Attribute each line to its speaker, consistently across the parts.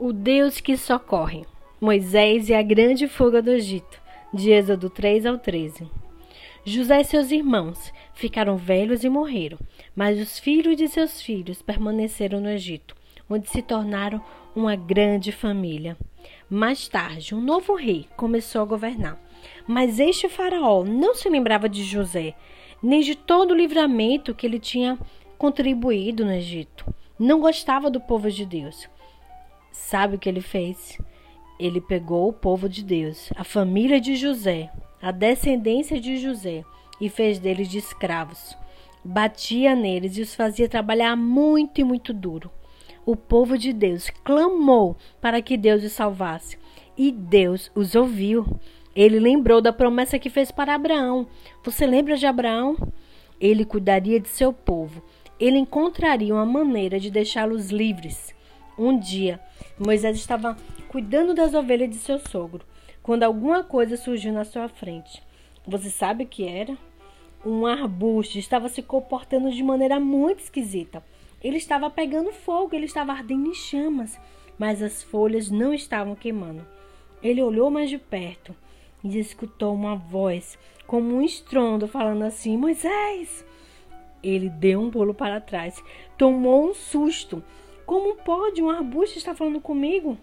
Speaker 1: O Deus que socorre. Moisés e a grande fuga do Egito, de Êxodo 3 ao 13. José e seus irmãos ficaram velhos e morreram, mas os filhos de seus filhos permaneceram no Egito, onde se tornaram uma grande família. Mais tarde, um novo rei começou a governar, mas este faraó não se lembrava de José, nem de todo o livramento que ele tinha contribuído no Egito. Não gostava do povo de Deus. Sabe o que ele fez? Ele pegou o povo de Deus, a família de José, a descendência de José, e fez deles de escravos. Batia neles e os fazia trabalhar muito e muito duro. O povo de Deus clamou para que Deus os salvasse, e Deus os ouviu. Ele lembrou da promessa que fez para Abraão. Você lembra de Abraão? Ele cuidaria de seu povo. Ele encontraria uma maneira de deixá-los livres. Um dia, Moisés estava cuidando das ovelhas de seu sogro, quando alguma coisa surgiu na sua frente. Você sabe o que era? Um arbusto estava se comportando de maneira muito esquisita. Ele estava pegando fogo, ele estava ardendo em chamas, mas as folhas não estavam queimando. Ele olhou mais de perto e escutou uma voz, como um estrondo, falando assim: Moisés! Ele deu um pulo para trás, tomou um susto. Como pode um arbusto estar falando comigo?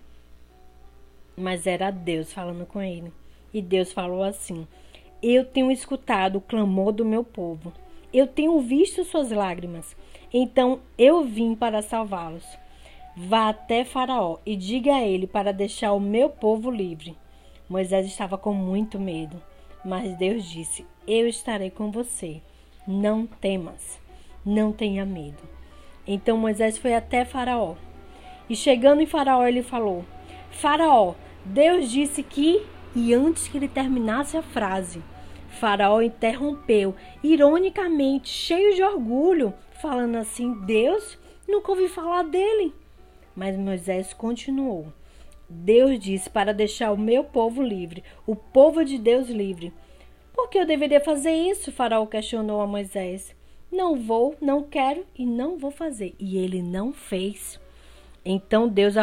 Speaker 1: Mas era Deus falando com ele. E Deus falou assim: eu tenho escutado o clamor do meu povo. Eu tenho visto suas lágrimas. Então eu vim para salvá-los. Vá até Faraó e diga a ele para deixar o meu povo livre. Moisés estava com muito medo. Mas Deus disse: eu estarei com você. Não temas. Não tenha medo. Então Moisés foi até Faraó. E chegando em Faraó, ele falou: Faraó, Deus disse que... E antes que ele terminasse a frase, Faraó interrompeu, ironicamente, cheio de orgulho, falando assim: Deus? Nunca ouvi falar dele. Mas Moisés continuou: Deus disse para deixar o meu povo livre, o povo de Deus livre. Por que eu deveria fazer isso? Faraó questionou a Moisés. Não vou, não quero e não vou fazer. E ele não fez. Então Deus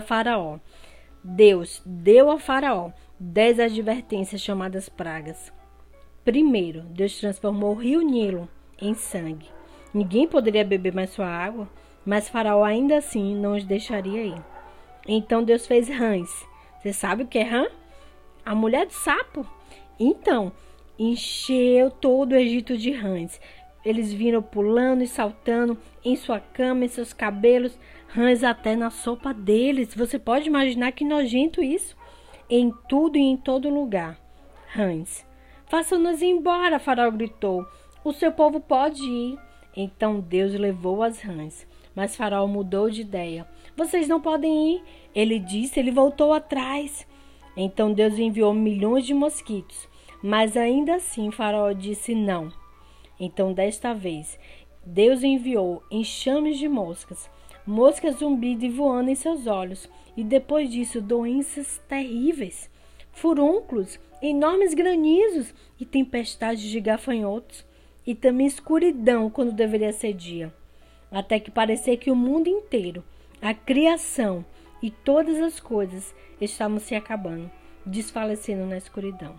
Speaker 1: deu a Faraó 10 advertências chamadas pragas. Primeiro, Deus transformou o rio Nilo em sangue. Ninguém poderia beber mais sua água, mas Faraó ainda assim não os deixaria ir. Então Deus fez rãs. Você sabe o que é rã? A mulher do sapo. Então, encheu todo o Egito de rãs. Eles viram pulando e saltando em sua cama, em seus cabelos, rãs até na sopa deles. Você pode imaginar que nojento isso? Em tudo e em todo lugar. Rãs. Façam-nos embora, Faraó gritou. O seu povo pode ir. Então Deus levou as rãs. Mas Faraó mudou de ideia. Vocês não podem ir. Ele disse, ele voltou atrás. Então Deus enviou milhões de mosquitos. Mas ainda assim Faraó disse não. Então desta vez Deus enviou enxames de moscas. Moscas zumbindo e voando em seus olhos. E depois disso, doenças terríveis. Furúnculos, enormes granizos e tempestades de gafanhotos. E também escuridão quando deveria ser dia. Até que parecia que o mundo inteiro, a criação e todas as coisas estavam se acabando, desfalecendo na escuridão.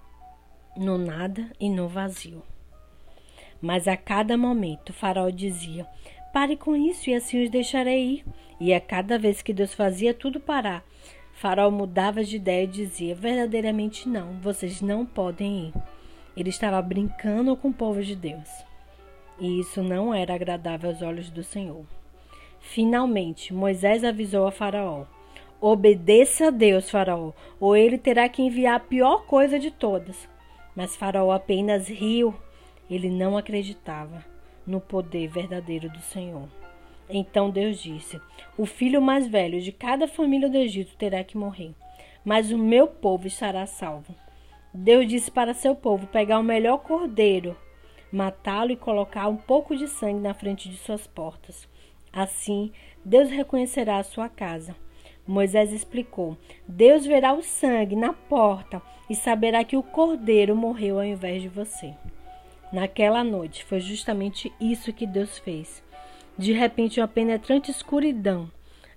Speaker 1: No nada e no vazio. Mas a cada momento Faraó dizia: pare com isso e assim os deixarei ir. E a cada vez que Deus fazia tudo parar, Faraó mudava de ideia e dizia: verdadeiramente não, vocês não podem ir. Ele estava brincando com o povo de Deus. E isso não era agradável aos olhos do Senhor. Finalmente, Moisés avisou a Faraó: obedeça a Deus, Faraó, ou ele terá que enviar a pior coisa de todas. Mas Faraó apenas riu. Ele não acreditava no poder verdadeiro do Senhor. Então Deus disse: o filho mais velho de cada família do Egito terá que morrer, mas o meu povo estará salvo. Deus disse para seu povo pegar o melhor cordeiro, matá-lo e colocar um pouco de sangue na frente de suas portas. Assim, Deus reconhecerá a sua casa. Moisés explicou: Deus verá o sangue na porta e saberá que o cordeiro morreu ao invés de você. Naquela noite, foi justamente isso que Deus fez. De repente, uma penetrante escuridão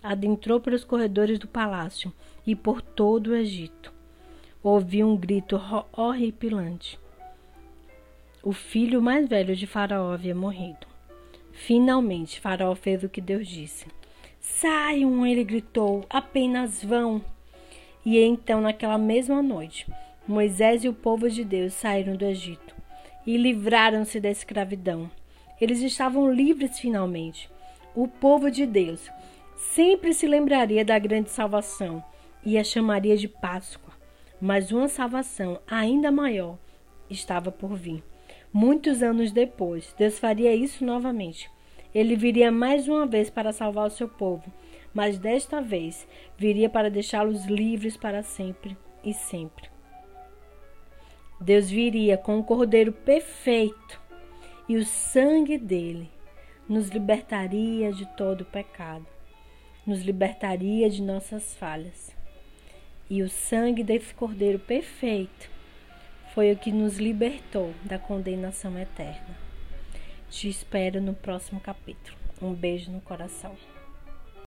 Speaker 1: adentrou pelos corredores do palácio e por todo o Egito. Ouviu um grito horripilante. O filho mais velho de Faraó havia morrido. Finalmente, Faraó fez o que Deus disse. Saiam, ele gritou, apenas vão. E então, naquela mesma noite, Moisés e o povo de Deus saíram do Egito e livraram-se da escravidão. Eles estavam livres finalmente. O povo de Deus sempre se lembraria da grande salvação e a chamaria de Páscoa. Mas uma salvação ainda maior estava por vir. Muitos anos depois, Deus faria isso novamente. Ele viria mais uma vez para salvar o seu povo, mas desta vez viria para deixá-los livres para sempre e sempre. Deus viria com um cordeiro perfeito e o sangue dele nos libertaria de todo o pecado, nos libertaria de nossas falhas. E o sangue desse cordeiro perfeito foi o que nos libertou da condenação eterna. Te espero no próximo capítulo. Um beijo no coração.